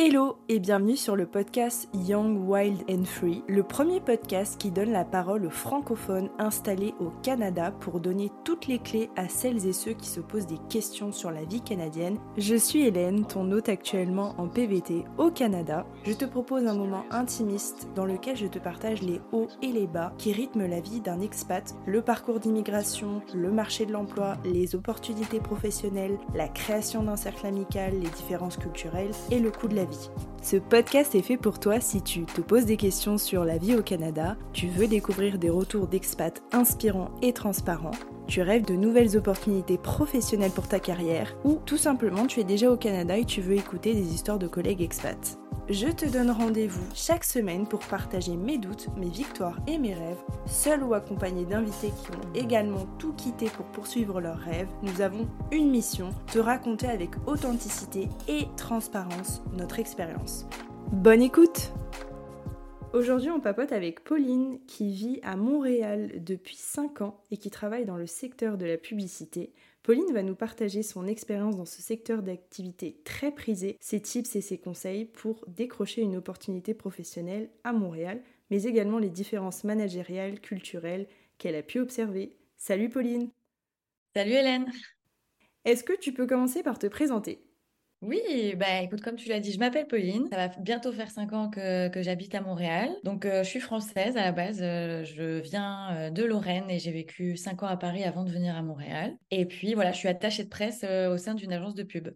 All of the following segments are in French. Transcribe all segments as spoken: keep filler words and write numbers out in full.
Hello et bienvenue sur le podcast Young, Wild and Free, le premier podcast qui donne la parole aux francophones installés au Canada pour donner toutes les clés à celles et ceux qui se posent des questions sur la vie canadienne. Je suis Hélène, ton hôte actuellement en P V T au Canada. Je te propose un moment intimiste dans lequel je te partage les hauts et les bas qui rythment la vie d'un expat, le parcours d'immigration, le marché de l'emploi, les opportunités professionnelles, la création d'un cercle amical, les différences culturelles et le coût de la vie. Ce podcast est fait pour toi si tu te poses des questions sur la vie au Canada, tu veux découvrir des retours d'expats inspirants et transparents, tu rêves de nouvelles opportunités professionnelles pour ta carrière, ou tout simplement tu es déjà au Canada et tu veux écouter des histoires de collègues expats. Je te donne rendez-vous chaque semaine pour partager mes doutes, mes victoires et mes rêves, seul ou accompagné d'invités qui ont également tout quitté pour poursuivre leurs rêves. Nous avons une mission, te raconter avec authenticité et transparence notre expérience. Bonne écoute! Aujourd'hui, on papote avec Pauline qui vit à Montréal depuis cinq ans et qui travaille dans le secteur de la publicité. Pauline va nous partager son expérience dans ce secteur d'activité très prisé, ses tips et ses conseils pour décrocher une opportunité professionnelle à Montréal, mais également les différences managériales, culturelles qu'elle a pu observer. Salut Pauline! Salut Hélène! Est-ce que tu peux commencer par te présenter? Oui, bah écoute, comme tu l'as dit, je m'appelle Pauline. Ça va bientôt faire cinq ans que, que j'habite à Montréal. Donc, euh, je suis française à la base. Euh, je viens euh, de Lorraine et j'ai vécu cinq ans à Paris avant de venir à Montréal. Et puis, voilà, je suis attachée de presse euh, au sein d'une agence de pub.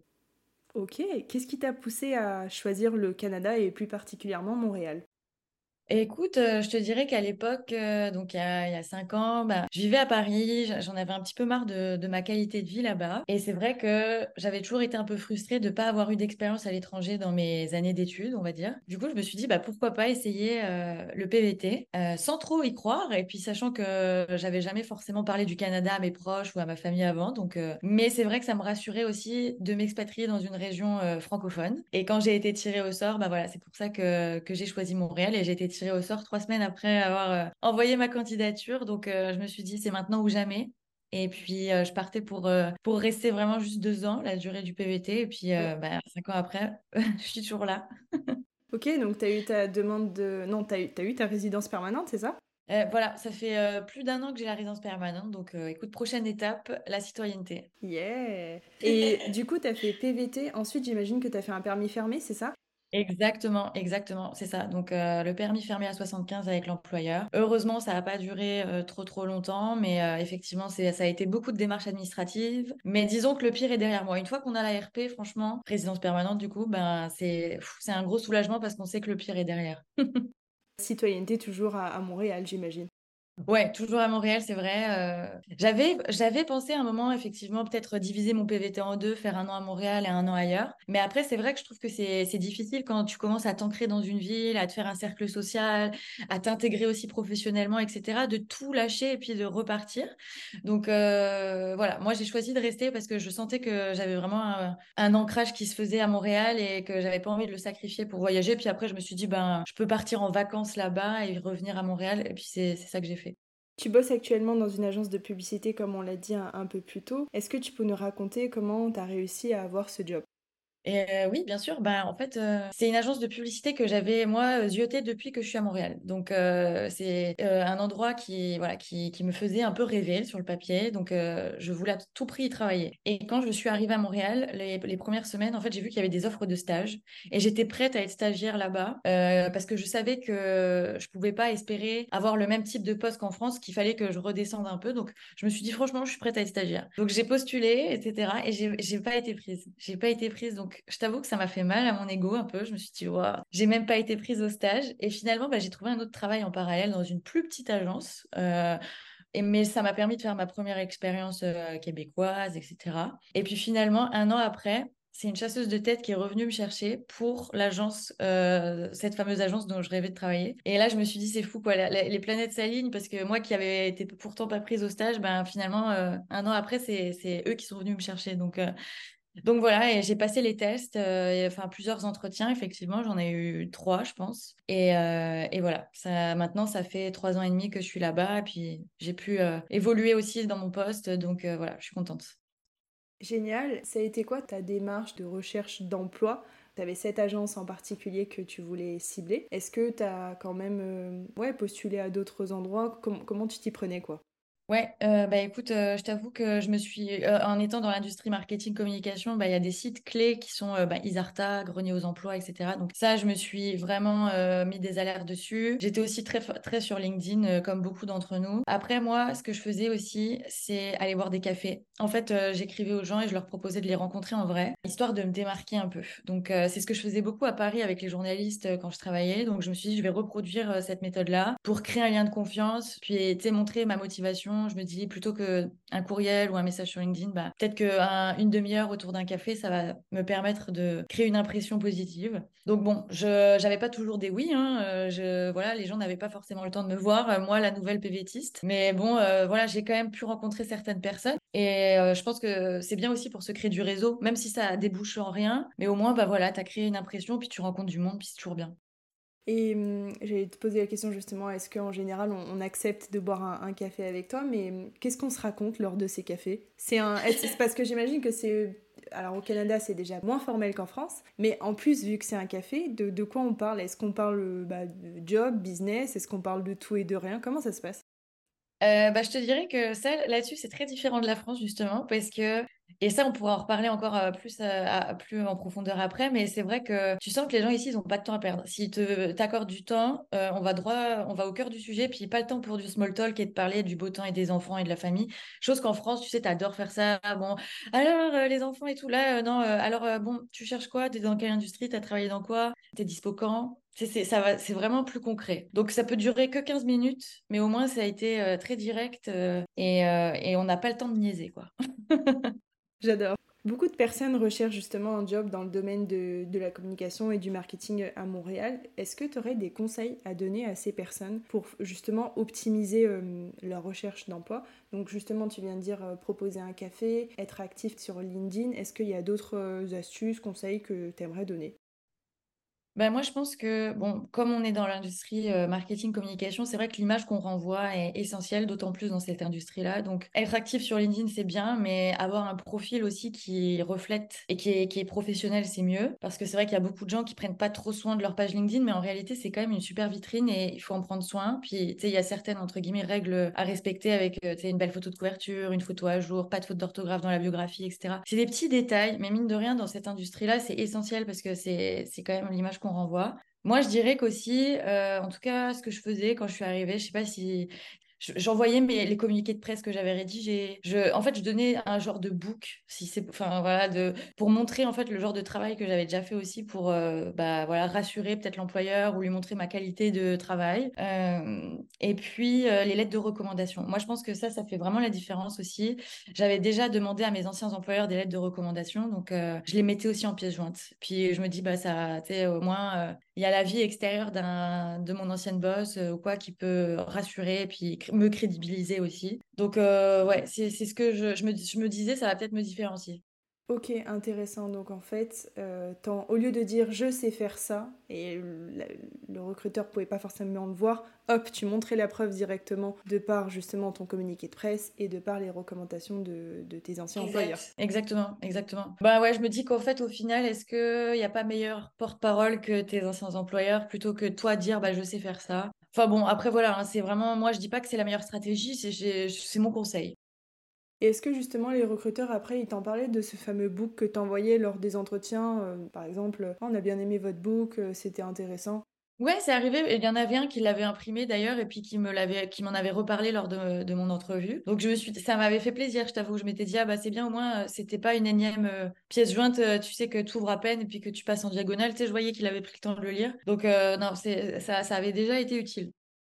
Ok, qu'est-ce qui t'a poussé à choisir le Canada et plus particulièrement Montréal? Écoute, euh, je te dirais qu'à l'époque, euh, donc il y a, il y a cinq ans, bah, je vivais à Paris, j- j'en avais un petit peu marre de, de ma qualité de vie là-bas. Et c'est vrai que j'avais toujours été un peu frustrée de ne pas avoir eu d'expérience à l'étranger dans mes années d'études, on va dire. Du coup, je me suis dit, bah, pourquoi pas essayer euh, le P V T euh, sans trop y croire. Et puis, sachant que j'avais jamais forcément parlé du Canada à mes proches ou à ma famille avant. Donc, euh, mais c'est vrai que ça me rassurait aussi de m'expatrier dans une région euh, francophone. Et quand j'ai été tirée au sort, bah voilà, c'est pour ça que, que j'ai choisi Montréal et j'ai été tirée au sort trois semaines après avoir euh, envoyé ma candidature. Donc, euh, je me suis dit, c'est maintenant ou jamais. Et puis, euh, je partais pour, euh, pour rester vraiment juste deux ans, la durée du P V T. Et puis, euh, bah, cinq ans après, je suis toujours là. Ok, donc t'as eu ta demande de... Non, t'as eu, t'as eu ta résidence permanente, c'est ça? Euh, voilà, ça fait euh, plus d'un an que j'ai la résidence permanente. Donc, euh, écoute, prochaine étape, la citoyenneté. Yeah! Et du coup, t'as fait P V T, ensuite j'imagine que t'as fait un permis fermé, c'est ça? Exactement, exactement, c'est ça. Donc euh, le permis fermé à soixante-quinze avec l'employeur. Heureusement, ça n'a pas duré euh, trop trop longtemps, mais euh, effectivement, c'est, ça a été beaucoup de démarches administratives. Mais disons que le pire est derrière moi. Une fois qu'on a la R P, franchement, résidence permanente, du coup, ben c'est pff, c'est un gros soulagement parce qu'on sait que le pire est derrière. Citoyenneté toujours à, à Montréal, j'imagine. Ouais, toujours à Montréal, c'est vrai. euh, J'avais, j'avais pensé à un moment, effectivement, peut-être diviser mon P V T en deux, faire un an à Montréal et un an ailleurs. Mais après, c'est vrai que je trouve que c'est, c'est difficile quand tu commences à t'ancrer dans une ville, à te faire un cercle social, à t'intégrer aussi professionnellement, et cetera, de tout lâcher et puis de repartir. Donc, euh, voilà, moi, j'ai choisi de rester parce que je sentais que j'avais vraiment un, un ancrage qui se faisait à Montréal et que j'avais pas envie de le sacrifier pour voyager. Puis après, je me suis dit, ben, je peux partir en vacances là-bas et revenir à Montréal. Et puis, c'est, c'est ça que j'ai fait. Tu bosses actuellement dans une agence de publicité, comme on l'a dit un, un peu plus tôt. Est-ce que tu peux nous raconter comment t'as réussi à avoir ce job? Et euh, oui, bien sûr. Ben, en fait, euh, c'est une agence de publicité que j'avais, moi, euh, zioté depuis que je suis à Montréal. Donc, euh, c'est euh, un endroit qui, voilà, qui, qui me faisait un peu rêver sur le papier. Donc, euh, je voulais à tout prix y travailler. Et quand je suis arrivée à Montréal, les, les premières semaines, en fait, j'ai vu qu'il y avait des offres de stage. Et j'étais prête à être stagiaire là-bas euh, parce que je savais que je pouvais pas espérer avoir le même type de poste qu'en France, qu'il fallait que je redescende un peu. Donc, je me suis dit, franchement, je suis prête à être stagiaire. Donc, j'ai postulé, et cetera. Et j'ai, j'ai pas été prise. J'ai pas été prise. Donc, je t'avoue que ça m'a fait mal à mon ego un peu. Je me suis dit, waouh, j'ai même pas été prise au stage. Et finalement, bah, j'ai trouvé un autre travail en parallèle dans une plus petite agence. Euh, et, mais ça m'a permis de faire ma première expérience euh, québécoise, et cetera. Et puis finalement, un an après, c'est une chasseuse de tête qui est revenue me chercher pour l'agence, euh, cette fameuse agence dont je rêvais de travailler. Et là, je me suis dit, c'est fou, quoi. la- la- les planètes s'alignent parce que moi qui avais été pourtant pas prise au stage, ben finalement, euh, un an après, c'est, c'est eux qui sont venus me chercher. Donc, euh, donc voilà, et j'ai passé les tests, euh, et, enfin plusieurs entretiens, effectivement, j'en ai eu trois, je pense. Et, euh, et voilà, ça, maintenant, ça fait trois ans et demi que je suis là-bas, et puis j'ai pu euh, évoluer aussi dans mon poste, donc euh, voilà, je suis contente. Génial. Ça a été quoi ta démarche de recherche d'emploi? tu avais cette agence en particulier que tu voulais cibler. Est-ce que tu as quand même euh, ouais, postulé à d'autres endroits? Com- comment tu t'y prenais, quoi? Ouais, euh, bah écoute, euh, je t'avoue que je me suis, euh, en étant dans l'industrie marketing communication, bah il y a des sites clés qui sont euh, bah, Isarta, Grenier aux emplois, et cetera. Donc ça, je me suis vraiment euh, mis des alertes dessus. J'étais aussi très fa- très sur LinkedIn, euh, comme beaucoup d'entre nous. Après moi, ce que je faisais aussi, c'est aller boire des cafés. En fait, euh, j'écrivais aux gens et je leur proposais de les rencontrer en vrai, histoire de me démarquer un peu. Donc euh, c'est ce que je faisais beaucoup à Paris avec les journalistes euh, quand je travaillais. Donc je me suis dit, je vais reproduire euh, cette méthode-là pour créer un lien de confiance, puis tu sais, montrer ma motivation. Je me dis plutôt que un courriel ou un message sur LinkedIn, bah, peut-être qu'une demi-heure autour d'un café, ça va me permettre de créer une impression positive. Donc bon, je j'avais pas toujours des oui, hein, euh, je voilà, les gens n'avaient pas forcément le temps de me voir, euh, moi la nouvelle PVTiste. Mais bon, euh, voilà, j'ai quand même pu rencontrer certaines personnes et euh, je pense que c'est bien aussi pour se créer du réseau, même si ça débouche en rien, mais au moins bah voilà, t'as créé une impression puis tu rencontres du monde puis c'est toujours bien. Et hum, j'allais te poser la question justement, est-ce qu'en général on, on accepte de boire un, un café avec toi, mais hum, qu'est-ce qu'on se raconte lors de ces cafés? C'est un, est-ce- c'est parce que j'imagine que c'est... Alors au Canada c'est déjà moins formel qu'en France, mais en plus vu que c'est un café, de, de quoi on parle? Est-ce qu'on parle euh, bah, de job, business? Est-ce qu'on parle de tout et de rien? Comment ça se passe? Euh, bah, je te dirais que ça, là-dessus, c'est très différent de la France, justement, parce que, et ça, on pourra en reparler encore euh, plus, euh, à- plus en profondeur après, mais c'est vrai que tu sens que les gens ici, ils n'ont pas de temps à perdre. S'ils te, t'accordent du temps, euh, on va droit, on va au cœur du sujet, puis pas le temps pour du small talk et de parler du beau temps et des enfants et de la famille. Chose qu'en France, tu sais, t'adores faire ça. Bon, alors, euh, les enfants et tout, là, euh, non, euh, alors, euh, bon, tu cherches quoi? T'es dans quelle industrie? T'as travaillé dans quoi? T'es dispo quand? C'est, c'est, ça va, c'est vraiment plus concret. Donc ça peut durer que quinze minutes, mais au moins ça a été euh, très direct euh, et, euh, et on n'a pas le temps de niaiser, quoi. J'adore. Beaucoup de personnes recherchent justement un job dans le domaine de, de la communication et du marketing à Montréal. Est-ce que tu aurais des conseils à donner à ces personnes pour justement optimiser euh, leur recherche d'emploi? Donc justement, tu viens de dire euh, proposer un café, être actif sur LinkedIn. Est-ce qu'il y a d'autres euh, astuces, conseils que tu aimerais donner? Ben moi, je pense que, bon, comme on est dans l'industrie euh, marketing communication, c'est vrai que l'image qu'on renvoie est essentielle, d'autant plus dans cette industrie-là. Donc, être actif sur LinkedIn, c'est bien, mais avoir un profil aussi qui reflète et qui est, qui est professionnel, c'est mieux. Parce que c'est vrai qu'il y a beaucoup de gens qui prennent pas trop soin de leur page LinkedIn, mais en réalité, c'est quand même une super vitrine et il faut en prendre soin. Puis, tu sais, il y a certaines, entre guillemets, règles à respecter avec, euh, tu sais, une belle photo de couverture, une photo à jour, pas de faute d'orthographe dans la biographie, et cetera. C'est des petits détails, mais mine de rien, dans cette industrie-là, c'est essentiel parce que c'est, c'est quand même l'image qu'on renvoie. Moi, je dirais qu'aussi, euh, en tout cas, ce que je faisais quand je suis arrivée, je sais pas si je- j'envoyais mes les communiqués de presse que j'avais rédigés. Je, en fait, je donnais un genre de book, si c'est, enfin voilà, de pour montrer en fait le genre de travail que j'avais déjà fait aussi pour, euh, bah voilà, rassurer peut-être l'employeur ou lui montrer ma qualité de travail. Euh, et puis euh, les lettres de recommandation. Moi, je pense que ça, ça fait vraiment la différence aussi. J'avais déjà demandé à mes anciens employeurs des lettres de recommandation, donc euh, je les mettais aussi en pièce jointe. Puis je me dis, bah ça, tu sais, au moins, euh, il y a la vie extérieure d'un, de mon ancienne boss euh, ou quoi qui peut rassurer et puis cr- me crédibiliser aussi. Donc euh, ouais, c'est, c'est ce que je, je me, je me disais, ça va peut-être me différencier. Ok, intéressant. Donc en fait, euh, t'en- au lieu de dire je sais faire ça, et le, le recruteur pouvait pas forcément le voir, hop, tu montrais la preuve directement de par justement ton communiqué de presse et de par les recommandations de, de tes anciens employeurs. Exact. Exactement, exactement. Bah ouais, je me dis qu'en fait, au final, est-ce qu'il n'y a pas meilleur porte-parole que tes anciens employeurs plutôt que toi dire bah je sais faire ça. Enfin bon, après voilà, hein, c'est vraiment, moi je dis pas que c'est la meilleure stratégie, c'est j'ai- c'est mon conseil. Et est-ce que justement les recruteurs après ils t'en parlaient de ce fameux book que t'envoyais lors des entretiens, euh, par exemple, oh, on a bien aimé votre book, euh, c'était intéressant. Ouais, c'est arrivé. Il y en avait un qui l'avait imprimé d'ailleurs et puis qui me l'avait, qui m'en avait reparlé lors de, de mon entrevue. Donc je me suis, ça m'avait fait plaisir, je t'avoue. Je m'étais dit ah bah c'est bien au moins, euh, c'était pas une énième euh, pièce jointe, euh, tu sais que tu ouvres à peine et puis que tu passes en diagonale. Tu sais, je voyais qu'il avait pris le temps de le lire. Donc euh, non, c'est ça, ça avait déjà été utile.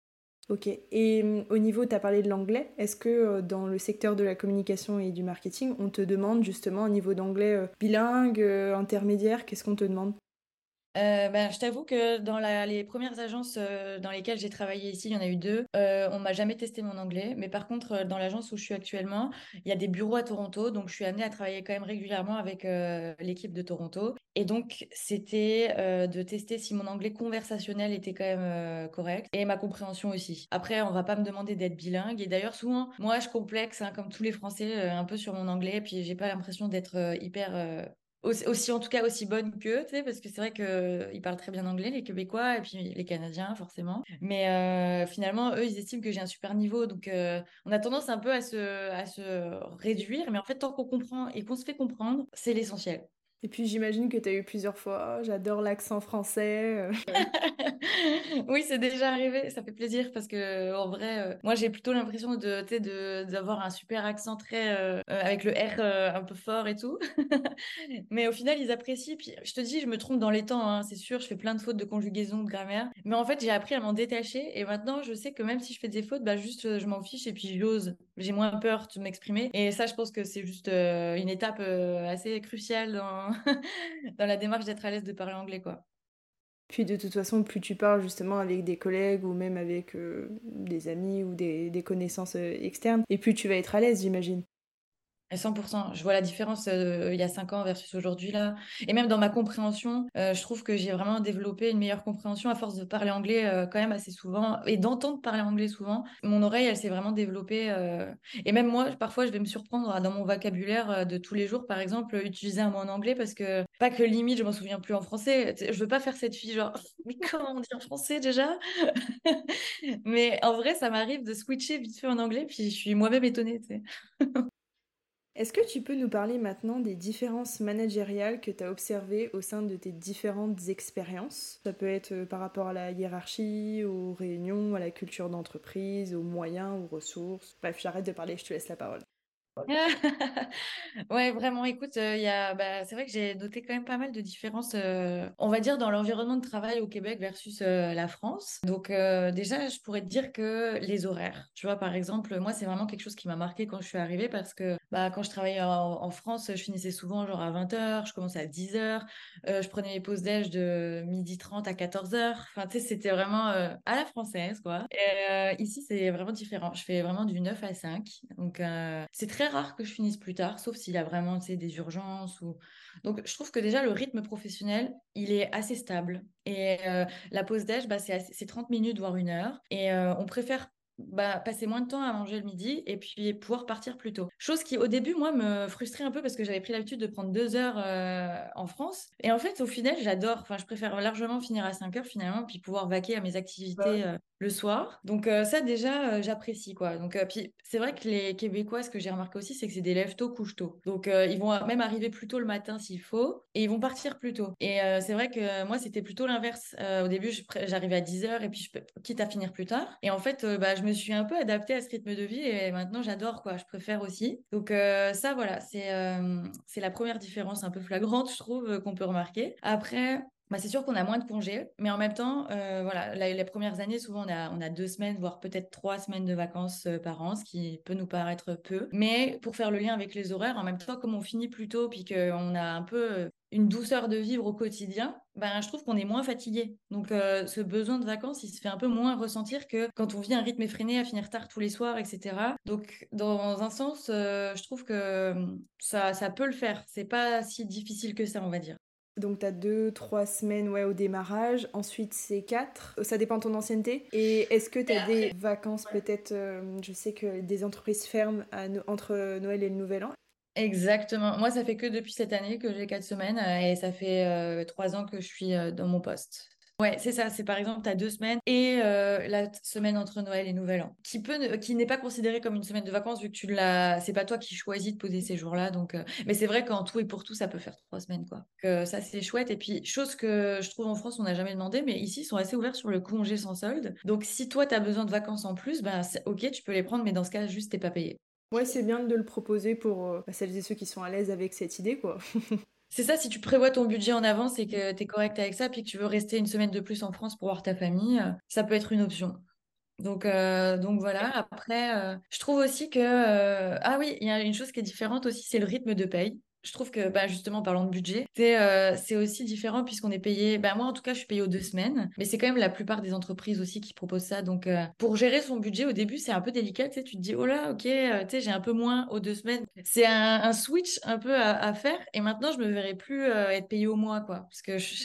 Ok, et hum, au niveau, tu as parlé de l'anglais, est-ce que euh, dans le secteur de la communication et du marketing, on te demande justement un niveau d'anglais euh, bilingue, euh, intermédiaire, qu'est-ce qu'on te demande? Euh, ben, je t'avoue que dans la- les premières agences euh, dans lesquelles j'ai travaillé ici, il y en a eu deux. Euh, on m'a jamais testé mon anglais, mais par contre, euh, dans l'agence où je suis actuellement, il y a des bureaux à Toronto, donc je suis amenée à travailler quand même régulièrement avec euh, l'équipe de Toronto. Et donc, c'était euh, de tester si mon anglais conversationnel était quand même euh, correct et ma compréhension aussi. Après, on va pas me demander d'être bilingue. Et d'ailleurs, souvent, moi, je complexe, hein, comme tous les Français, euh, un peu sur mon anglais, puis j'ai pas l'impression d'être euh, hyper euh, aussi, aussi, en tout cas, aussi bonne qu'eux, tu sais, parce que c'est vrai qu'ils parlent très bien anglais, les Québécois, et puis les Canadiens, forcément. Mais euh, finalement, eux, ils estiment que j'ai un super niveau. Donc, euh, on a tendance un peu à se, à se réduire. Mais en fait, tant qu'on comprend et qu'on se fait comprendre, c'est l'essentiel. Et puis j'imagine que tu as eu plusieurs fois, oh, j'adore l'accent français. euh. Oui, c'est déjà arrivé. Ça fait plaisir parce que en vrai, euh, moi j'ai plutôt l'impression de, tu sais, de d'avoir un super accent très euh, euh, avec le R euh, un peu fort et tout. Mais au final, ils apprécient. Puis je te dis, je me trompe dans les temps, hein, c'est sûr. Je fais plein de fautes de conjugaison, de grammaire. Mais en fait, j'ai appris à m'en détacher. Et maintenant, je sais que même si je fais des fautes, bah juste, euh, je m'en fiche et puis j'ose. J'ai moins peur de m'exprimer. Et ça, je pense que c'est juste euh, une étape euh, assez cruciale dans dans la démarche d'être à l'aise de parler anglais, quoi. Puis de toute façon, plus tu parles justement avec des collègues ou même avec euh, des amis ou des, des connaissances euh, externes, et plus tu vas être à l'aise, j'imagine. À cent pour cent. Je vois la différence euh, il y a cinq ans versus aujourd'hui là. Et même dans ma compréhension, euh, je trouve que j'ai vraiment développé une meilleure compréhension à force de parler anglais euh, quand même assez souvent et d'entendre parler anglais souvent. Mon oreille, elle s'est vraiment développée. euh, Et même moi, parfois, je vais me surprendre à, dans mon vocabulaire euh, de tous les jours, par exemple, utiliser un mot en anglais parce que, pas que limite, je m'en souviens plus en français. Tu sais, je veux pas faire cette fille genre, mais comment on dit en français déjà? Mais en vrai, ça m'arrive de switcher vite fait en anglais, puis je suis moi-même étonnée, tu sais. Est-ce que tu peux nous parler maintenant des différences managériales que tu as observées au sein de tes différentes expériences? Ça peut être euh, par rapport à la hiérarchie, aux réunions, à la culture d'entreprise, aux moyens, aux ressources. Bref, j'arrête de parler, je te laisse la parole. Ouais, vraiment, écoute, euh, il y a, bah, c'est vrai que j'ai noté quand même pas mal de différences, euh, on va dire, dans l'environnement de travail au Québec versus euh, la France. Donc, euh, déjà, je pourrais te dire que les horaires, tu vois, par exemple, moi, c'est vraiment quelque chose qui m'a marqué quand je suis arrivée parce que bah, quand je travaillais en, en France, je finissais souvent genre à vingt heures, je commençais à dix heures, euh, je prenais mes pauses déj de midi trente à quatorze heures. Enfin, tu sais, c'était vraiment euh, à la française, quoi. Et euh, ici, c'est vraiment différent. Je fais vraiment du neuf à cinq. Donc, euh, c'est très rare que je finisse plus tard, sauf s'il y a vraiment, tu sais, des urgences ou... Donc, je trouve que déjà, le rythme professionnel, il est assez stable. Et euh, la pause déj, bah, c'est assez- c'est trente minutes, voire une heure. Et euh, on préfère bah, passer moins de temps à manger le midi et puis pouvoir partir plus tôt. Chose qui, au début, moi, me frustrait un peu parce que j'avais pris l'habitude de prendre deux heures euh, en France. Et en fait, au final, j'adore. Enfin, je préfère largement finir à cinq heures finalement, puis pouvoir vaquer à mes activités euh, le soir. Donc euh, ça, déjà, euh, j'apprécie, quoi. Donc, euh, puis c'est vrai que les Québécois, ce que j'ai remarqué aussi, c'est que c'est des lève-tôt, couche-tôt. Donc, euh, ils vont même arriver plus tôt le matin s'il faut et ils vont partir plus tôt. Et euh, c'est vrai que moi, c'était plutôt l'inverse. Euh, au début, je pr- j'arrivais à dix heures et puis je peux, quitte à finir plus tard. Et en fait, euh, bah, je me suis un peu adaptée à ce rythme de vie et maintenant, j'adore, quoi. Je préfère aussi. Donc, euh, ça, voilà, c'est euh, c'est la première différence un peu flagrante, je trouve, euh, qu'on peut remarquer. Après, bah, c'est sûr qu'on a moins de congés, mais en même temps, euh, voilà, la- les premières années, souvent, on a, on a deux semaines, voire peut-être trois semaines de vacances euh, par an, ce qui peut nous paraître peu. Mais pour faire le lien avec les horaires, en même temps, comme on finit plus tôt, puis qu'on a un peu euh, une douceur de vivre au quotidien, ben, je trouve qu'on est moins fatigué. Donc, euh, ce besoin de vacances, il se fait un peu moins ressentir que quand on vit un rythme effréné à finir tard tous les soirs, et cetera. Donc, dans un sens, euh, je trouve que euh, ça, ça peut le faire. C'est pas si difficile que ça, on va dire. Donc t'as deux, trois semaines ouais, au démarrage, ensuite c'est quatre, ça dépend de ton ancienneté. Et est-ce que Et t'as après, des vacances peut-être, euh, je sais que des entreprises ferment à No- entre Noël et le Nouvel An. exactement. Moi, ça fait que depuis cette année que j'ai quatre semaines euh, et ça fait euh, trois ans que je suis euh, dans mon poste. Ouais, c'est ça. C'est par exemple, tu as deux semaines et euh, la t- semaine entre Noël et Nouvel An, qui peut, ne- qui n'est pas considérée comme une semaine de vacances vu que tu l'as. C'est pas toi qui choisis de poser ces jours-là. Donc, euh, mais c'est vrai qu'en tout et pour tout, ça peut faire trois semaines, quoi. Que ça, c'est chouette. Et puis, chose que je trouve en France, on n'a jamais demandé, mais ici, ils sont assez ouverts sur le congé sans solde. Donc, si toi, tu as besoin de vacances en plus, ben, c'est- ok, tu peux les prendre, mais dans ce cas, juste t'es pas payé. Ouais, c'est bien de le proposer pour euh, bah, celles et ceux qui sont à l'aise avec cette idée, quoi. C'est ça, si tu prévois ton budget en avance et que tu es correct avec ça, puis que tu veux rester une semaine de plus en France pour voir ta famille, euh, ça peut être une option. Donc, euh, donc voilà. Après, euh, je trouve aussi que... euh, ah oui, il y a une chose qui est différente aussi, c'est le rythme de paye. Je trouve que, bah, justement, parlant de budget, c'est euh, c'est aussi différent puisqu'on est payé... Bah, moi, en tout cas, je suis payée aux deux semaines. Mais c'est quand même la plupart des entreprises aussi qui proposent ça. Donc, euh, pour gérer son budget, au début, c'est un peu délicat. Tu sais, tu te dis, oh là, ok, euh, tu sais, j'ai un peu moins aux deux semaines. C'est un, un switch un peu à, à faire. Et maintenant, je me verrai plus euh, être payée au mois, quoi. Parce que... je-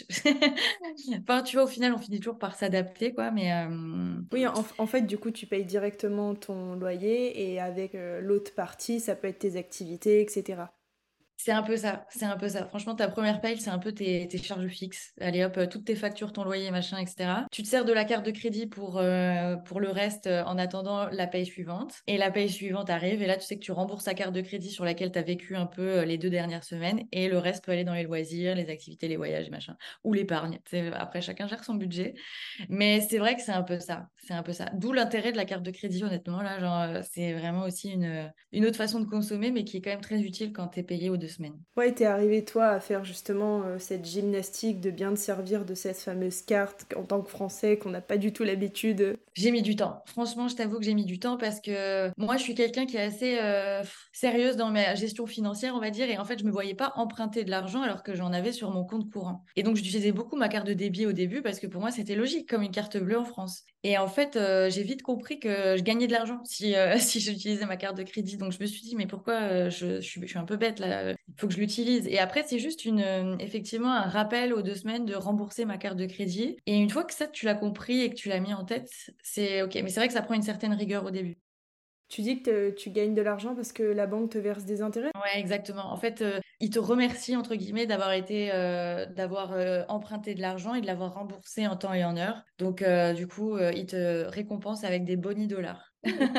Enfin, tu vois, au final, on finit toujours par s'adapter, quoi. Mais... euh, Oui, en, en fait, du coup, tu payes directement ton loyer et avec euh, l'autre partie, ça peut être tes activités, et cetera. C'est un peu ça, c'est un peu ça. Franchement, ta première paye, c'est un peu tes, tes charges fixes. Allez hop, euh, toutes tes factures, ton loyer, machin, et cetera. Tu te sers de la carte de crédit pour, euh, pour le reste euh, en attendant la paye suivante. Et la paye suivante arrive, et là, tu sais que tu rembourses ta carte de crédit sur laquelle tu as vécu un peu euh, les deux dernières semaines, et le reste peut aller dans les loisirs, les activités, les voyages, machin, ou l'épargne. C'est- Après, chacun gère son budget. Mais c'est vrai que c'est un peu ça, c'est un peu ça. D'où l'intérêt de la carte de crédit, honnêtement, là, genre, euh, c'est vraiment aussi une, une autre façon de consommer, mais qui est quand même très utile quand tu es payé aux deux semaines. Ouais, t'es arrivé toi à faire justement euh, cette gymnastique de bien te servir de cette fameuse carte en tant que Français qu'on n'a pas du tout l'habitude. J'ai mis du temps. Franchement, je t'avoue que j'ai mis du temps parce que moi, je suis quelqu'un qui est assez euh, sérieuse dans ma gestion financière, on va dire. Et en fait, je me voyais pas emprunter de l'argent alors que j'en avais sur mon compte courant. Et donc, j'utilisais beaucoup ma carte de débit au début parce que pour moi, c'était logique, comme une carte bleue en France. Et en fait, euh, j'ai vite compris que je gagnais de l'argent si, euh, si j'utilisais ma carte de crédit. Donc, je me suis dit, mais pourquoi euh, je, je suis, je suis un peu bête là, il faut que je l'utilise. Et après, c'est juste une, euh, effectivement un rappel aux deux semaines de rembourser ma carte de crédit. Et une fois que ça, tu l'as compris et que tu l'as mis en tête, c'est ok. Mais c'est vrai que ça prend une certaine rigueur au début. Tu dis que te- tu gagnes de l'argent parce que la banque te verse des intérêts? Ouais, exactement. En fait, euh, ils te remercient, entre guillemets, d'avoir été, euh, d'avoir euh, emprunté de l'argent et de l'avoir remboursé en temps et en heure. Donc, euh, du coup, euh, ils te récompensent avec des bonus dollars.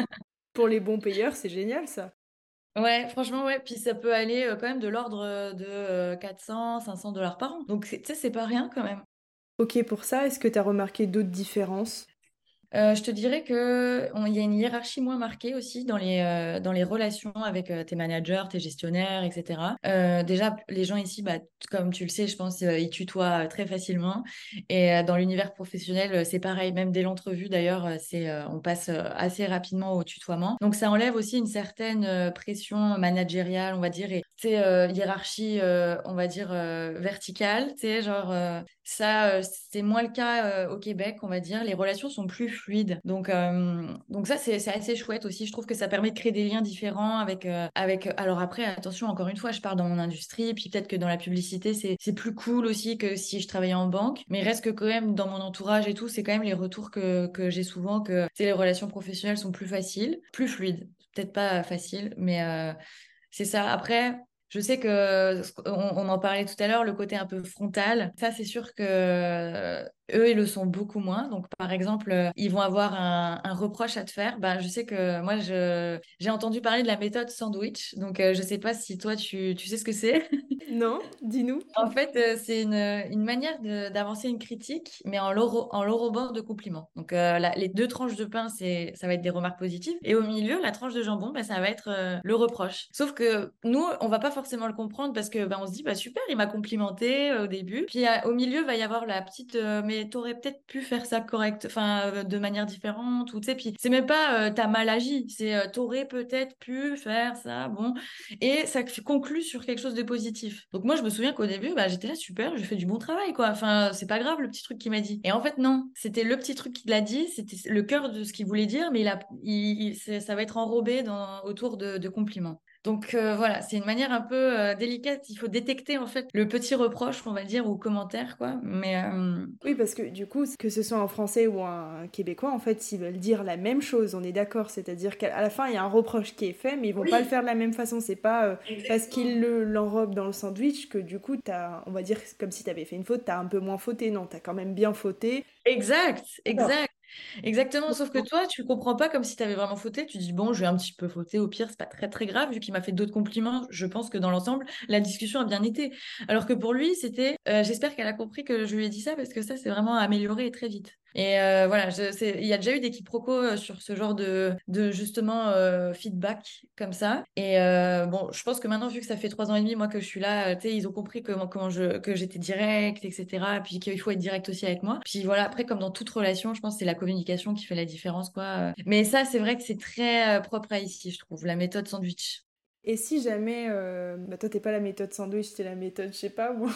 Pour les bons payeurs, c'est génial ça. Ouais, franchement, ouais. Puis ça peut aller euh, quand même de l'ordre euh, de euh, quatre cents, cinq cents dollars par an. Donc, c'est- tu sais, c'est pas rien quand même. Ok, pour ça, est-ce que tu as remarqué d'autres différences? Euh, je te dirais que on- il y a une hiérarchie moins marquée aussi dans les euh, dans les relations avec euh, tes managers, tes gestionnaires, et cetera. Euh, déjà, les gens ici, bah, t- comme tu le sais, je pense, euh, ils tutoient euh, très facilement. Et euh, dans l'univers professionnel, euh, c'est pareil. Même dès l'entrevue, d'ailleurs, euh, c'est euh, on passe euh, assez rapidement au tutoiement. Donc ça enlève aussi une certaine euh, pression managériale, on va dire, et c'est euh, hiérarchie, euh, on va dire euh, verticale. Tu sais, genre euh, ça, euh, c'est moins le cas euh, au Québec, on va dire. Les relations sont plus fluides. Donc, euh, donc ça, c'est c'est assez chouette aussi. Je trouve que ça permet de créer des liens différents avec, euh, avec. Alors après, attention, encore une fois, je pars dans mon industrie, puis peut-être que dans la publicité, c'est c'est plus cool aussi que si je travaillais en banque. Mais il reste que quand même dans mon entourage et tout, c'est quand même les retours que que j'ai souvent que tu sais, les relations professionnelles sont plus faciles, plus fluides. Peut-être pas faciles, mais euh, c'est ça. Après, je sais que on, on en parlait tout à l'heure, le côté un peu frontal. Ça, c'est sûr que euh, eux, ils le sont beaucoup moins. Donc, par exemple, euh, ils vont avoir un, un reproche à te faire. Ben, je sais que moi, je j'ai entendu parler de la méthode sandwich. Donc, euh, je sais pas si toi, tu tu sais ce que c'est. Non, dis-nous. En fait, euh, c'est une, une manière de- d'avancer une critique, mais en l'oro- en l'enrobant de compliments. Donc, euh, la- les deux tranches de pain, c'est, ça va être des remarques positives. Et au milieu, la tranche de jambon, bah, ça va être euh, le reproche. Sauf que nous, on va pas forcément le comprendre parce que bah, on se dit, bah, super, il m'a complimenté euh, au début. Puis euh, au milieu, va y avoir la petite, euh, mais t'aurais peut-être pu faire ça correct, enfin, euh, de manière différente. Ou, tu sais, puis c'est même pas euh, t'as mal agi, c'est euh, t'aurais peut-être pu faire ça. Bon. Et ça conclut sur quelque chose de positif. Donc moi, je me souviens qu'au début, bah, j'étais là, super, je fais du bon travail, quoi. Enfin, c'est pas grave le petit truc qu'il m'a dit. Et en fait, non, c'était le petit truc qu'il a dit, c'était le cœur de ce qu'il voulait dire, mais il a, il, il- c'est- ça va être enrobé dans, autour de, de compliments. Donc euh, voilà, c'est une manière un peu euh, délicate. Il faut détecter en fait le petit reproche, on va dire, ou commentaire, quoi. Mais euh, Oui, parce que du coup, que ce soit un Français ou un Québécois, en fait, ils veulent dire la même chose, on est d'accord. C'est-à-dire qu'à la fin, il y a un reproche qui est fait, mais ils vont pas le oui, faire de la même façon. C'est pas euh, parce exactement. qu'ils le- l'enrobent dans le sandwich que du coup, t'as, on va dire comme si t'avais fait une faute, t'as un peu moins fauté. Non, t'as quand même bien fauté. Exact, D'accord. exact. Exactement, sauf que toi, tu comprends pas comme si tu avais vraiment fauté. Tu dis, bon, je vais un petit peu fauter, au pire, c'est pas très très grave, vu qu'il m'a fait d'autres compliments. Je pense que dans l'ensemble, la discussion a bien été. Alors que pour lui, c'était, euh, j'espère qu'elle a compris que je lui ai dit ça, parce que ça, c'est vraiment amélioré et très vite. Et euh, voilà, je, c'est, il y a déjà eu des quiproquos euh, sur ce genre de, de justement euh, feedback comme ça. Et euh, bon, je pense que maintenant, vu que ça fait trois ans et demi, moi, que je suis là, euh, tu sais, ils ont compris comment, comment je, que j'étais directe, et cetera. Et puis qu'il faut être direct aussi avec moi. Puis voilà, après, comme dans toute relation, je pense que c'est la communication qui fait la différence, quoi. Mais ça, c'est vrai que c'est très euh, propre à ici, je trouve, la méthode sandwich. Et si jamais, euh, bah toi t'es pas la méthode sandwich, t'es la méthode, je sais pas, moi,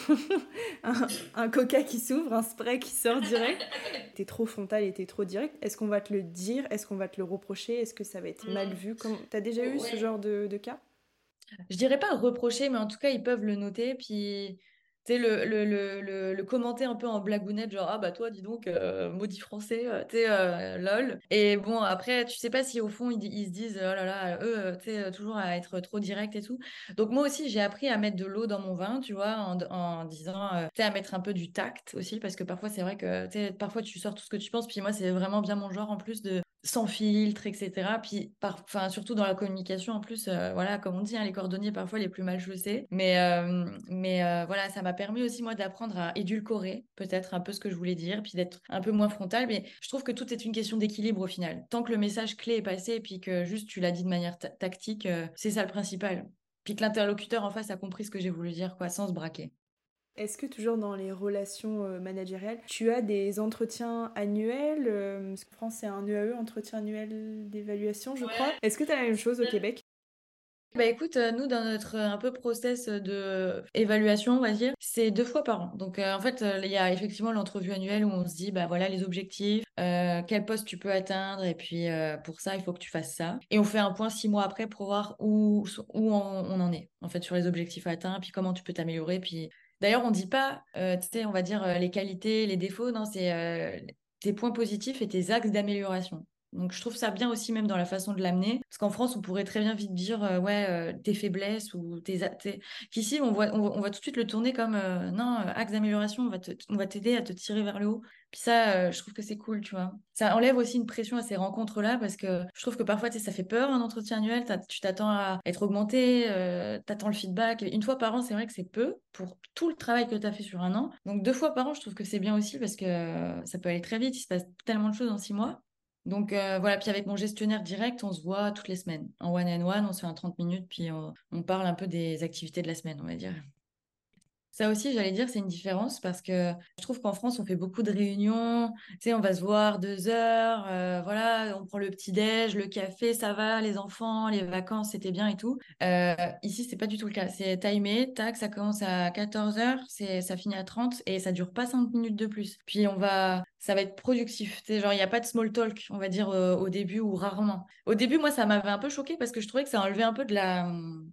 un, un coca qui s'ouvre, un spray qui sort direct, t'es trop frontal et t'es trop direct, est-ce qu'on va te le dire, est-ce qu'on va te le reprocher, est-ce que ça va être mal vu? Comme... T'as déjà eu ce Ouais. genre de, de cas? Je dirais pas reprocher, mais en tout cas, ils peuvent le noter. Puis Tu sais, le, le, le, le, le commenter un peu en blagounette, genre, ah bah toi, dis donc, euh, maudit français, euh, tu sais, euh, lol. Et bon, après, tu sais pas si au fond, ils, ils se disent, oh là là, eux, euh, tu sais, euh, toujours à être trop direct et tout. Donc moi aussi, j'ai appris à mettre de l'eau dans mon vin, tu vois, en, en disant, euh, tu sais, à mettre un peu du tact aussi, parce que parfois, c'est vrai que, tu sais, parfois, tu sors tout ce que tu penses, puis moi, c'est vraiment bien mon genre, en plus, de sans filtre, et cetera. Puis, par, enfin, surtout dans la communication, en plus, euh, voilà, comme on dit, hein, les cordonniers parfois les plus mal chaussés. Mais, euh, mais euh, voilà, ça m'a permis aussi, moi, d'apprendre à édulcorer peut-être un peu ce que je voulais dire, puis d'être un peu moins frontal. Mais je trouve que tout est une question d'équilibre au final. Tant que le message clé est passé, puis que juste tu l'as dit de manière ta- tactique, euh, c'est ça le principal. Puis que l'interlocuteur en face a compris ce que j'ai voulu dire, quoi, sans se braquer. Est-ce que toujours dans les relations euh, managériales, tu as des entretiens annuels euh, Parce que France, c'est un E A E, entretien annuel d'évaluation, je crois. Est-ce que tu as la même chose au Québec? Bah écoute, euh, nous dans notre euh, un peu process de évaluation, on va dire, c'est deux fois par an. Donc euh, en fait, euh, il y a effectivement l'entrevue annuelle où on se dit, bah voilà les objectifs, euh, quel poste tu peux atteindre, et puis euh, pour ça, il faut que tu fasses ça. Et on fait un point six mois après pour voir où où on, on en est en fait sur les objectifs atteints, puis comment tu peux t'améliorer. Puis d'ailleurs, on dit pas, euh, tu sais, on va dire euh, les qualités, les défauts, non, c'est euh, tes points positifs et tes axes d'amélioration. Donc je trouve ça bien aussi même dans la façon de l'amener, parce qu'en France on pourrait très bien vite dire euh, ouais euh, tes faiblesses ou tes, a- tes... qu'ici on voit on, va on va tout de suite le tourner comme euh, non euh, axe d'amélioration, on va te, on va t'aider à te tirer vers le haut. Puis ça euh, je trouve que c'est cool, tu vois. Ça enlève aussi une pression à ces rencontres-là parce que je trouve que parfois tu sais, ça fait peur un entretien annuel, t'as- tu t'attends à être augmenté, euh, t'attends le feedback. Une fois par an c'est vrai que c'est peu pour tout le travail que tu as fait sur un an. Donc deux fois par an je trouve que c'est bien aussi parce que euh, ça peut aller très vite, il se passe tellement de choses en six mois. Donc euh, voilà, puis avec mon gestionnaire direct, on se voit toutes les semaines. En one and one, on se fait un trente minutes, puis on, on parle un peu des activités de la semaine, on va dire. Ça aussi, j'allais dire, c'est une différence parce que je trouve qu'en France, on fait beaucoup de réunions. Tu sais, on va se voir deux heures, euh, voilà, on prend le petit-déj, le café, ça va, les enfants, les vacances, c'était bien et tout. Euh, ici, c'est pas du tout le cas. C'est timé, tac, ça commence à quatorze heures, c'est, ça finit à trente et ça dure pas cinq minutes de plus. Puis on va, ça va être productif. Tu sais, genre, il n'y a pas de small talk, on va dire, euh, au début ou rarement. Au début, moi, ça m'avait un peu choqué parce que je trouvais que ça enlevait un peu de la,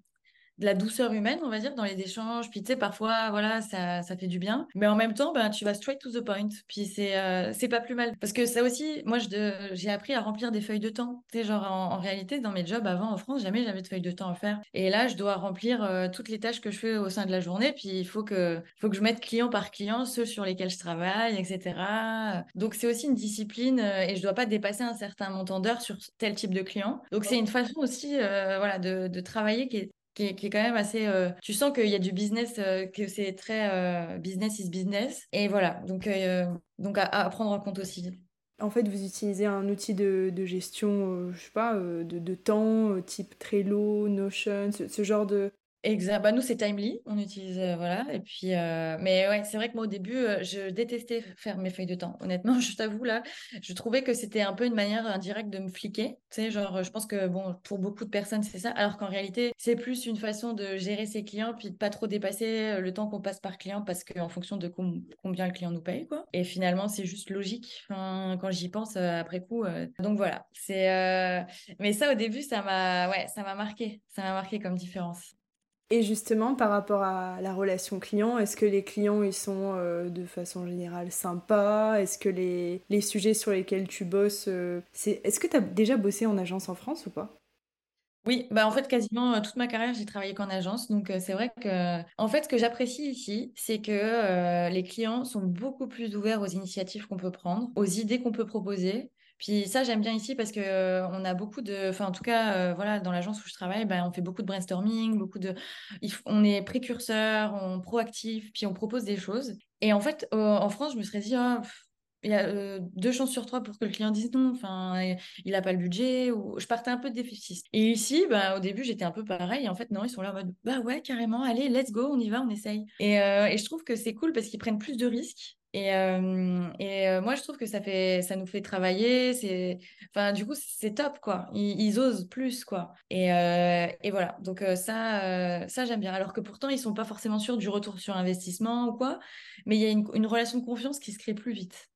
de la douceur humaine, on va dire, dans les échanges. Puis tu sais, parfois, voilà, ça, ça fait du bien. Mais en même temps, ben, tu vas straight to the point. Puis c'est euh, c'est pas plus mal. Parce que ça aussi, moi, je de- j'ai appris à remplir des feuilles de temps. Tu sais, genre, en, en réalité, dans mes jobs avant en France, jamais j'avais de feuilles de temps à faire. Et là, je dois remplir euh, toutes les tâches que je fais au sein de la journée. Puis il faut que, faut que je mette client par client ceux sur lesquels je travaille, et cetera. Donc c'est aussi une discipline euh, et je dois pas dépasser un certain montant d'heures sur tel type de client. Donc c'est une façon aussi, euh, voilà, de, de travailler qui est qui est, qui est quand même assez. Euh, tu sens qu'il y a du business, euh, que c'est très euh, business is business. Et voilà, donc, euh, donc à, à prendre en compte aussi. En fait, vous utilisez un outil de, de gestion, euh, je sais pas, euh, de, de temps, euh, type Trello, Notion, ce, ce genre de... Exact. Bah, nous, c'est Timely, on utilise, euh, voilà. Et puis, euh, mais ouais, c'est vrai que moi, au début, euh, je détestais faire mes feuilles de temps. Honnêtement, je t'avoue, là, je trouvais que c'était un peu une manière indirecte de me fliquer. Tu sais, genre, je pense que, bon, pour beaucoup de personnes, c'est ça. Alors qu'en réalité, c'est plus une façon de gérer ses clients, puis de pas trop dépasser euh, le temps qu'on passe par client, parce qu'en fonction de com- combien le client nous paye, quoi. Et finalement, c'est juste logique, enfin, quand j'y pense euh, après coup. euh. Donc voilà, c'est. euh, Mais ça, au début, ça m'a, ouais, ça m'a marqué. Ça m'a marqué comme différence. Et justement, par rapport à la relation client, est-ce que les clients, ils sont euh, de façon générale sympas? Est-ce que les, les sujets sur lesquels tu bosses, euh, c'est... Est-ce que tu as déjà bossé en agence en France ou pas? Oui, bah en fait quasiment euh, toute ma carrière j'ai travaillé qu'en agence, donc euh, c'est vrai que en fait ce que j'apprécie ici c'est que euh, les clients sont beaucoup plus ouverts aux initiatives qu'on peut prendre, aux idées qu'on peut proposer. Puis ça j'aime bien ici parce que euh, on a beaucoup de, enfin en tout cas euh, voilà dans l'agence où je travaille, bah, on fait beaucoup de brainstorming, beaucoup de, il f- on est précurseur, on proactif, puis on propose des choses. Et en fait euh, en France je me serais dit ah, pff, il y a euh, deux chances sur trois pour que le client dise non. Enfin, il a pas le budget ou je partais un peu de déficit. Et ici, bah, au début, j'étais un peu pareil. Et en fait, non, ils sont là en mode, bah ouais, carrément, allez, let's go, on y va, on essaye. Et, euh, et je trouve que c'est cool parce qu'ils prennent plus de risques. Et, euh, et euh, moi, je trouve que ça fait, ça nous fait travailler. C'est, enfin, du coup, c'est top, quoi. Ils, ils osent plus, quoi. Et, euh, et voilà. Donc euh, ça, euh, ça j'aime bien. Alors que pourtant, ils sont pas forcément sûrs du retour sur investissement ou quoi. Mais il y a une, une relation de confiance qui se crée plus vite.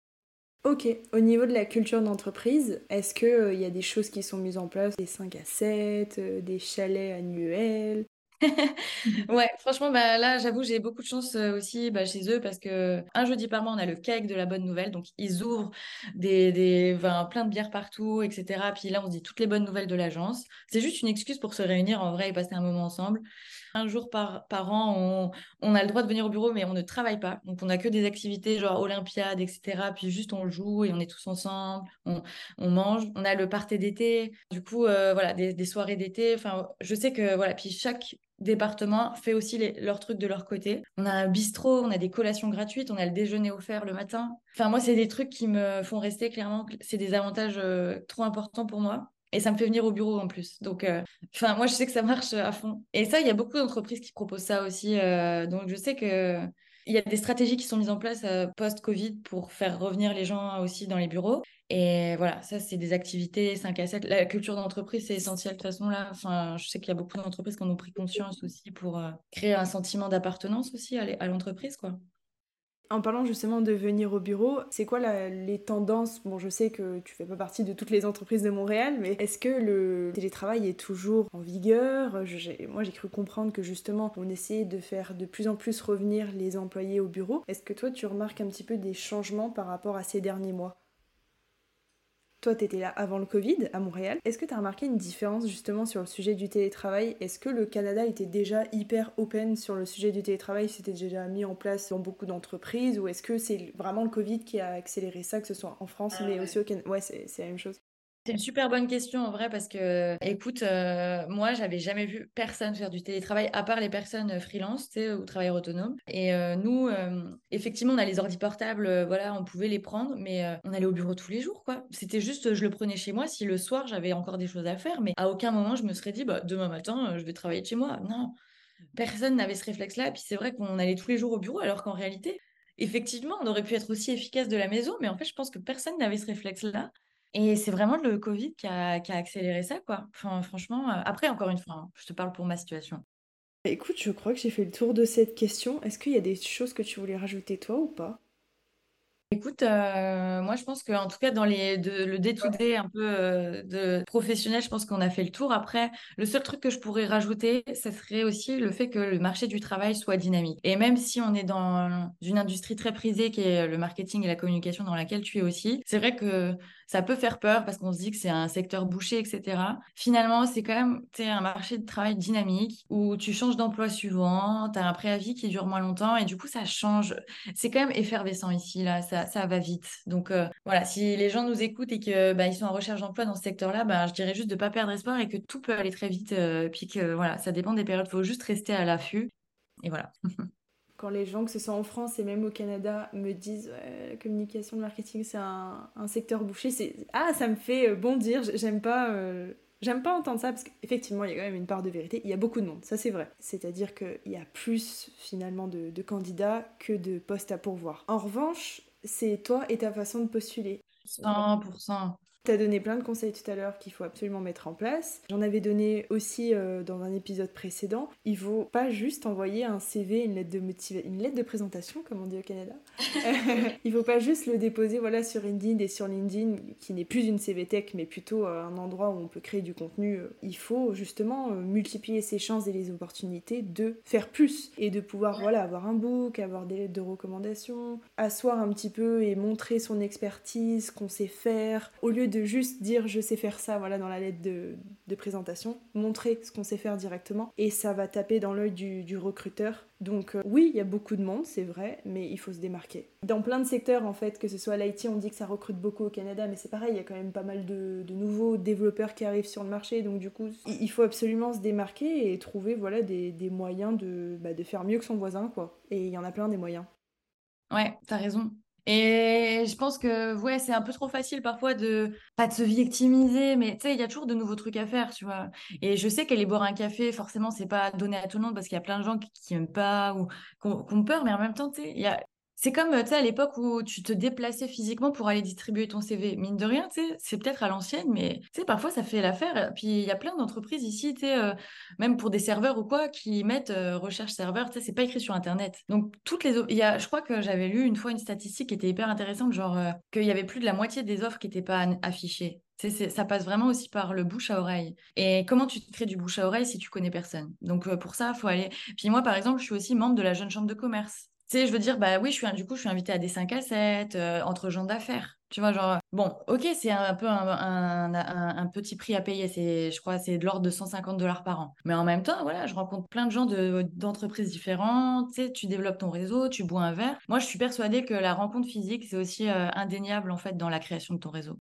Ok, au niveau de la culture d'entreprise, est-ce qu'il y a des choses qui sont mises en place, des cinq à sept, euh, des chalets annuels? Ouais, franchement, bah, là, j'avoue, j'ai beaucoup de chance euh, aussi bah, chez eux parce que un jeudi par mois, on a le cake de la bonne nouvelle. Donc, ils ouvrent des, des, enfin, plein de bières partout, et cetera. Puis là, on se dit toutes les bonnes nouvelles de l'agence. C'est juste une excuse pour se réunir en vrai et passer un moment ensemble. Un jour par, par an, on, on a le droit de venir au bureau, mais on ne travaille pas. Donc, on n'a que des activités genre Olympiade, et cetera. Puis juste, on joue et on est tous ensemble. On, on mange. On a le party d'été. Du coup, euh, voilà, des, des soirées d'été. Enfin, je sais que, voilà. Puis chaque département fait aussi les- leurs trucs de leur côté. On a un bistrot, on a des collations gratuites, on a le déjeuner offert le matin. Enfin, moi, c'est des trucs qui me font rester clairement. C'est des avantages euh, trop importants pour moi. Et ça me fait venir au bureau en plus. Donc, euh, enfin, moi, je sais que ça marche à fond. Et ça, il y a beaucoup d'entreprises qui proposent ça aussi. euh, donc, je sais que il y a des stratégies qui sont mises en place euh, post-Covid pour faire revenir les gens aussi dans les bureaux. Et voilà, ça, c'est des activités cinq à sept. La culture d'entreprise, c'est essentiel de toute façon là. Enfin, je sais qu'il y a beaucoup d'entreprises qui en ont pris conscience aussi pour euh, créer un sentiment d'appartenance aussi à l'e- à l'entreprise, quoi. En parlant justement de venir au bureau, c'est quoi la- les tendances? Bon, je sais que tu fais pas partie de toutes les entreprises de Montréal, mais est-ce que le télétravail est toujours en vigueur? Je- j'ai- Moi, j'ai cru comprendre que justement, on essayait de faire de plus en plus revenir les employés au bureau. Est-ce que toi, tu remarques un petit peu des changements par rapport à ces derniers mois? Toi, t'étais là avant le Covid à Montréal. Est-ce que t'as remarqué une différence justement sur le sujet du télétravail? Est-ce que le Canada était déjà hyper open sur le sujet du télétravail? C'était déjà mis en place dans beaucoup d'entreprises? Ou est-ce que c'est vraiment le Covid qui a accéléré ça, que ce soit en France Ah mais ouais. aussi au Canada? Ouais, c'est c'est la même chose. C'est une super bonne question en vrai parce que, écoute, euh, moi, j'avais jamais vu personne faire du télétravail à part les personnes euh, freelance, tu sais, ou travailleurs autonomes. Et euh, nous, euh, effectivement, on a les ordi portables, euh, voilà, on pouvait les prendre, mais euh, on allait au bureau tous les jours, quoi. C'était juste, euh, je le prenais chez moi si le soir j'avais encore des choses à faire, mais à aucun moment je me serais dit, bah, demain matin, euh, je vais travailler de chez moi. Non, personne n'avait ce réflexe-là. Et puis c'est vrai qu'on allait tous les jours au bureau, alors qu'en réalité, effectivement, on aurait pu être aussi efficace de la maison, mais en fait, je pense que personne n'avait ce réflexe-là. Et c'est vraiment le Covid qui a, qui a accéléré ça, quoi. Enfin, franchement, euh, après, encore une fois, hein, je te parle pour ma situation. Écoute, je crois que j'ai fait le tour de cette question. Est-ce qu'il y a des choses que tu voulais rajouter toi ou pas? Écoute, euh, moi je pense que en tout cas dans les de, le day-to-day un peu euh, de professionnel, je pense qu'on a fait le tour. Après, le seul truc que je pourrais rajouter, ça serait aussi le fait que le marché du travail soit dynamique. Et même si on est dans une industrie très prisée qui est le marketing et la communication dans laquelle tu es aussi, c'est vrai que ça peut faire peur parce qu'on se dit que c'est un secteur bouché, et cetera. Finalement, c'est quand même, tu sais, un marché de travail dynamique où tu changes d'emploi suivant, tu as un préavis qui dure moins longtemps et du coup ça change. C'est quand même effervescent ici, là, ça, ça va vite. Donc euh, voilà, si les gens nous écoutent et que bah, ils sont en recherche d'emploi dans ce secteur-là, bah, je dirais juste de pas perdre espoir et que tout peut aller très vite. Euh, puis que voilà, ça dépend des périodes, il faut juste rester à l'affût. Et voilà. Quand les gens, que ce soit en France et même au Canada, me disent ouais, la communication, le marketing, c'est un, un secteur bouché, c'est ah, ça me fait euh, bondir. J'aime pas, euh, j'aime pas entendre ça parce qu'effectivement, il y a quand même une part de vérité. Il y a beaucoup de monde, ça c'est vrai. C'est-à-dire qu'il y a plus finalement de, de candidats que de postes à pourvoir. En revanche, c'est toi et ta façon de postuler. cent pour cent. T'as donné plein de conseils tout à l'heure qu'il faut absolument mettre en place. J'en avais donné aussi euh, dans un épisode précédent. Il faut pas juste envoyer un C V, une lettre de motiva- une lettre de présentation, comme on dit au Canada. Il faut pas juste le déposer voilà sur Indeed et sur LinkedIn, qui n'est plus une C V Tech, mais plutôt euh, un endroit où on peut créer du contenu. Il faut justement euh, multiplier ses chances et les opportunités de faire plus et de pouvoir voilà avoir un book, avoir des lettres de recommandation, asseoir un petit peu et montrer son expertise, qu'on sait faire, au lieu de juste dire je sais faire ça voilà dans la lettre de, de présentation, montrer ce qu'on sait faire directement et ça va taper dans l'œil du, du recruteur. Donc euh, oui, il y a beaucoup de monde, c'est vrai, mais il faut se démarquer. Dans plein de secteurs en fait, que ce soit l'I T, on dit que ça recrute beaucoup au Canada, mais c'est pareil, il y a quand même pas mal de, de nouveaux développeurs qui arrivent sur le marché, donc du coup, il faut absolument se démarquer et trouver voilà des, des moyens de, bah, de faire mieux que son voisin, quoi. Et il y en a plein des moyens. Ouais, t'as raison. Et je pense que ouais, c'est un peu trop facile parfois de pas de se victimiser, mais tu sais, il y a toujours de nouveaux trucs à faire, tu vois. Et je sais qu'aller boire un café, forcément, c'est pas donné à tout le monde parce qu'il y a plein de gens qui, qui aiment pas ou qui ont, qui ont peur, mais en même temps, tu sais, il y a C'est comme, tu sais, à l'époque où tu te déplaçais physiquement pour aller distribuer ton C V. Mine de rien, tu sais, c'est peut-être à l'ancienne, mais tu sais, parfois ça fait l'affaire. Puis il y a plein d'entreprises ici, tu sais, euh, même pour des serveurs ou quoi, qui mettent euh, recherche serveur, tu sais, c'est pas écrit sur Internet. Donc toutes les, o- il y a, je crois que j'avais lu une fois une statistique qui était hyper intéressante, genre euh, qu'il y avait plus de la moitié des offres qui n'étaient pas an- affichées. Tu sais, c'est- ça passe vraiment aussi par le bouche à oreille. Et comment tu te crées du bouche à oreille si tu connais personne? Donc euh, pour ça, il faut aller. Puis moi, par exemple, je suis aussi membre de la Jeune Chambre de commerce. Tu sais, je veux dire, bah oui, je suis un- du coup, je suis invitée à des cinq à sept, euh, entre gens d'affaires. Tu vois, genre, bon, ok, c'est un peu un, un, un- un petit prix à payer. C'est, je crois, c'est de l'ordre de cent cinquante dollars par an. Mais en même temps, voilà, je rencontre plein de gens de, d'entreprises différentes. Tu sais, tu développes ton réseau, tu bois un verre. Moi, je suis persuadée que la rencontre physique, c'est aussi euh, indéniable, en fait, dans la création de ton réseau.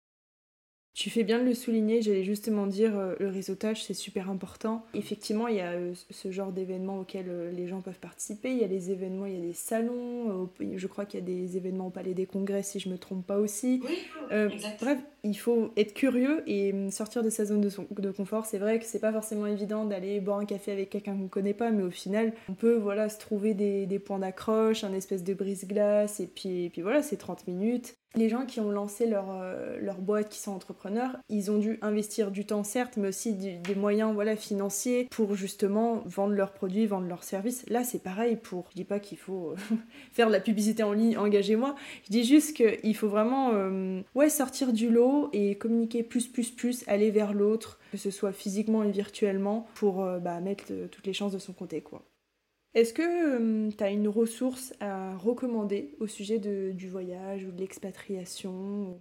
Tu fais bien de le souligner, j'allais justement dire euh, le réseautage c'est super important. Effectivement, il y a euh, ce genre d'événements auxquels euh, les gens peuvent participer. Il y a des événements, il y a des salons, euh, je crois qu'il y a des événements au Palais des Congrès si je me trompe pas aussi. Oui, Euh, exact. bref, il faut être curieux et hum, sortir de sa zone de, son- de confort. C'est vrai que c'est pas forcément évident d'aller boire un café avec quelqu'un qu'on connaît pas, mais au final, on peut voilà, se trouver des, des points d'accroche, un espèce de brise-glace, et puis, et puis voilà, c'est trente minutes. Les gens qui ont lancé leur, euh, leur boîte, qui sont entrepreneurs, ils ont dû investir du temps certes, mais aussi du- des moyens voilà, financiers pour justement vendre leurs produits, vendre leurs services. Là c'est pareil pour, je dis pas qu'il faut euh, faire de la publicité en ligne, engagez-moi, je dis juste qu'il faut vraiment euh, ouais, sortir du lot et communiquer plus plus plus, aller vers l'autre, que ce soit physiquement et virtuellement, pour euh, bah, mettre euh, toutes les chances de son côté quoi. Est-ce que tu as une ressource à recommander au sujet de, du voyage ou de l'expatriation?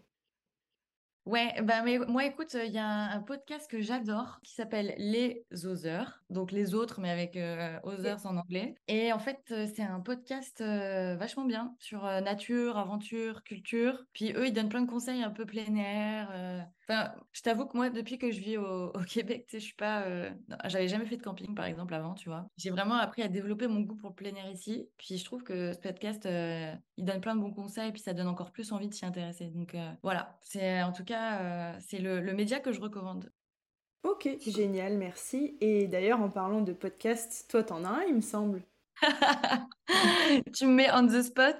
Ouais, bah mais moi écoute, il y a un, un podcast que j'adore qui s'appelle Les Others, donc les autres mais avec euh, Ok. Others en anglais. Et en fait, euh, c'est un podcast euh, vachement bien sur euh, nature, aventure, culture. Puis eux, ils donnent plein de conseils un peu plein air. euh. Enfin, je t'avoue que moi, depuis que je vis au, au Québec, tu sais, je suis pas, euh, non, j'avais jamais fait de camping par exemple avant, tu vois. J'ai vraiment appris à développer mon goût pour le plein air ici. Puis je trouve que ce podcast, euh, il donne plein de bons conseils, puis ça donne encore plus envie de s'y intéresser. Donc euh, voilà, c'est en tout cas, euh, c'est le, le média que je recommande. Ok, génial, merci. Et d'ailleurs, en parlant de podcast, toi t'en as un, il me semble. Tu me mets on the spot.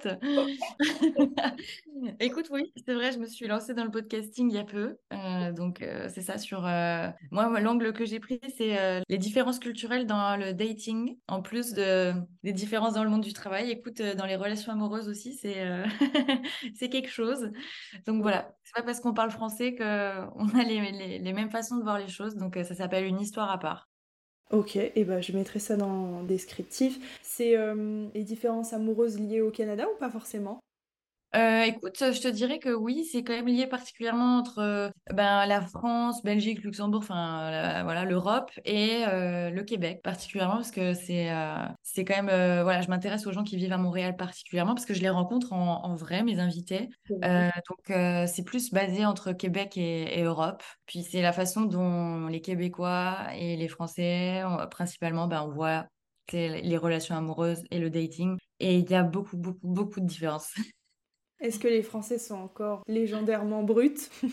Écoute, oui, c'est vrai, je me suis lancée dans le podcasting il y a peu. Euh, donc, euh, c'est ça sur... euh, Moi, l'angle que j'ai pris, c'est euh, les différences culturelles dans le dating, en plus de... des différences dans le monde du travail. Écoute, euh, dans les relations amoureuses aussi, c'est euh, c'est quelque chose. Donc, voilà, c'est pas parce qu'on parle français qu'on a les, les, les mêmes façons de voir les choses. Donc, euh, ça s'appelle une histoire à part. Ok, et ben je mettrai ça dans le descriptif. C'est euh, les différences amoureuses liées au Canada ou pas forcément? Euh, écoute, je te dirais que oui, c'est quand même lié particulièrement entre euh, ben, la France, Belgique, Luxembourg, enfin la- voilà l'Europe et euh, le Québec particulièrement parce que c'est euh, c'est quand même euh, voilà, je m'intéresse aux gens qui vivent à Montréal particulièrement parce que je les rencontre en, en vrai, mes invités. C'est vrai. Euh, donc euh, c'est plus basé entre Québec et, et Europe. Puis c'est la façon dont les Québécois et les Français on- principalement ben on voit c'est les relations amoureuses et le dating et il y a beaucoup beaucoup beaucoup de différences. Est-ce que les Français sont encore légendairement bruts?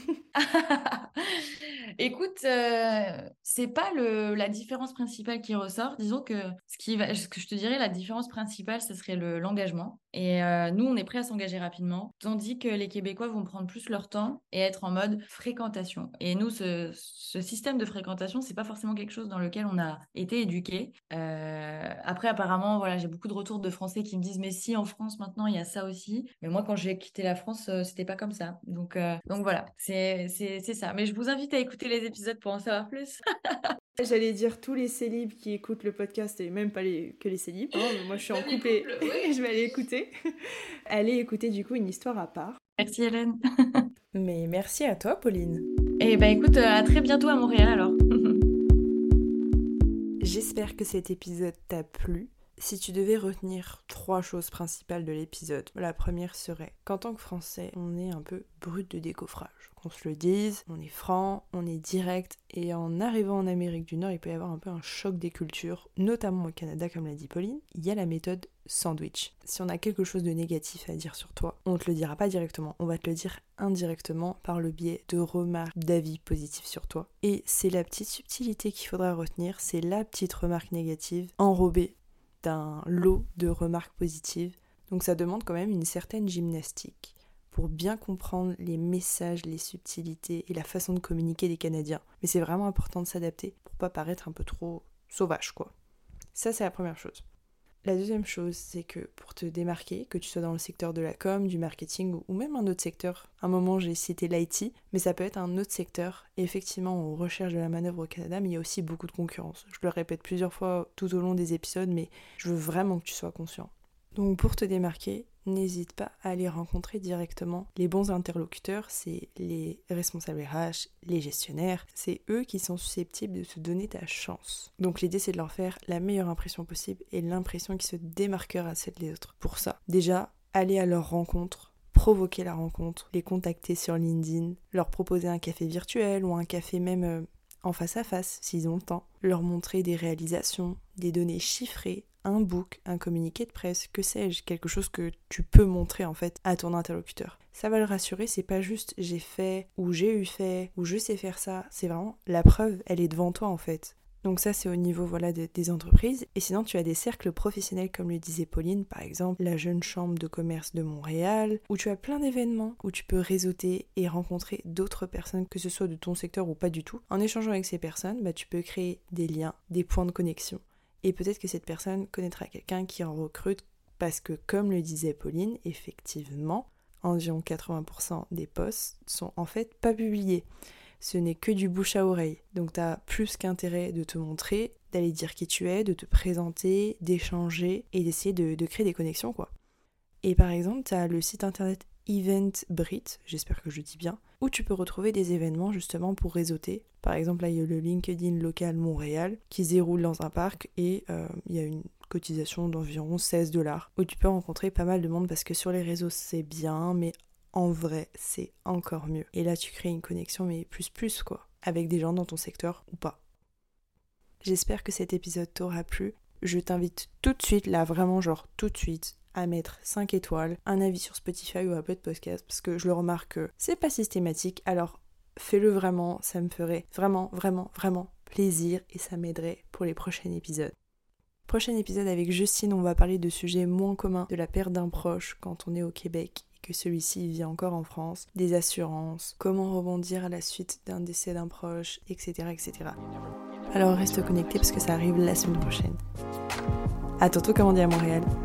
Écoute, euh, c'est pas le, la différence principale qui ressort. Disons que ce qui va, ce que je te dirais, la différence principale, ce serait le, l'engagement. Et euh, nous, on est prêt à s'engager rapidement, tandis que les Québécois vont prendre plus leur temps et être en mode fréquentation. Et nous, ce, ce système de fréquentation, c'est pas forcément quelque chose dans lequel on a été éduqué. Euh, après, apparemment, voilà, j'ai beaucoup de retours de Français qui me disent, mais si en France maintenant il y a ça aussi. Mais moi, quand j'ai quitté la France, euh, c'était pas comme ça. Donc, euh, donc voilà, c'est c'est c'est ça. Mais je vous invite à écouter les épisodes pour en savoir plus. J'allais dire tous les célibes qui écoutent le podcast, et même pas les, que les célibes, hein, mais moi je suis en Même les couple et couples, oui. je vais aller écouter. Allez écouter du coup une histoire à part. Merci Hélène. Mais merci à toi, Pauline. Et ben écoute, euh, à très bientôt à Montréal alors. J'espère que cet épisode t'a plu. Si tu devais retenir trois choses principales de l'épisode, la première serait qu'en tant que Français, on est un peu brut de décoffrage. Qu'on se le dise, on est franc, on est direct, et en arrivant en Amérique du Nord, il peut y avoir un peu un choc des cultures, notamment au Canada, comme l'a dit Pauline. Il y a la méthode sandwich. Si on a quelque chose de négatif à dire sur toi, on te le dira pas directement, on va te le dire indirectement par le biais de remarques, d'avis positifs sur toi. Et c'est la petite subtilité qu'il faudra retenir, c'est la petite remarque négative enrobée d'un lot de remarques positives Donc ça demande quand même une certaine gymnastique pour bien comprendre les messages, les subtilités et la façon de communiquer des Canadiens. Mais c'est vraiment important de s'adapter pour pas paraître un peu trop sauvage, quoi. Ça, c'est la première chose. La deuxième chose, c'est que pour te démarquer, que tu sois dans le secteur de la com, du marketing ou même un autre secteur, à un moment j'ai cité l'I T, mais ça peut être un autre secteur. Et effectivement, on recherche de la manœuvre au Canada, mais il y a aussi beaucoup de concurrence. Je le répète plusieurs fois tout au long des épisodes, mais je veux vraiment que tu sois conscient. Donc pour te démarquer, n'hésite pas à aller rencontrer directement les bons interlocuteurs, c'est les responsables R H, les gestionnaires, c'est eux qui sont susceptibles de te donner ta chance. Donc l'idée c'est de leur faire la meilleure impression possible et l'impression qui se démarquera à celle des autres. Pour ça, déjà, aller à leur rencontre, provoquer la rencontre, les contacter sur LinkedIn, leur proposer un café virtuel ou un café même euh, en face à face s'ils ont le temps, leur montrer des réalisations, des données chiffrées, un book, un communiqué de presse, que sais-je, quelque chose que tu peux montrer en fait à ton interlocuteur. Ça va le rassurer, c'est pas juste j'ai fait ou j'ai eu fait ou je sais faire ça, c'est vraiment la preuve, elle est devant toi en fait. Donc ça c'est au niveau voilà de, des entreprises. Et sinon tu as des cercles professionnels comme le disait Pauline, par exemple la Jeune Chambre de Commerce de Montréal, où tu as plein d'événements où tu peux réseauter et rencontrer d'autres personnes, que ce soit de ton secteur ou pas du tout. En échangeant avec ces personnes, bah, tu peux créer des liens, des points de connexion. Et peut-être que cette personne connaîtra quelqu'un qui en recrute parce que, comme le disait Pauline, effectivement, environ quatre-vingts pour cent des posts sont en fait pas publiés. Ce n'est que du bouche à oreille. Donc tu as plus qu'intérêt de te montrer, d'aller dire qui tu es, de te présenter, d'échanger et d'essayer de, de créer des connexions, quoi. Et par exemple, tu as le site internet Eventbrite, j'espère que je dis bien, où tu peux retrouver des événements justement pour réseauter. Par exemple, là, il y a le LinkedIn local Montréal qui se déroule dans un parc et euh, il y a une cotisation d'environ seize dollars où tu peux rencontrer pas mal de monde parce que sur les réseaux, c'est bien, mais en vrai, c'est encore mieux. Et là, tu crées une connexion, mais plus plus, quoi, avec des gens dans ton secteur ou pas. J'espère que cet épisode t'aura plu. Je t'invite tout de suite, là, vraiment, genre tout de suite, à mettre cinq étoiles, un avis sur Spotify ou Apple Podcast, parce que je le remarque que c'est pas systématique, alors fais-le vraiment, ça me ferait vraiment, vraiment, vraiment plaisir et ça m'aiderait pour les prochains épisodes. Prochain épisode avec Justine, on va parler de sujets moins communs, de la perte d'un proche quand on est au Québec et que celui-ci vit encore en France, des assurances, comment rebondir à la suite d'un décès d'un proche, et cetera, et cetera. Alors reste connecté parce que ça arrive la semaine prochaine. À tantôt, comme on dit à Montréal.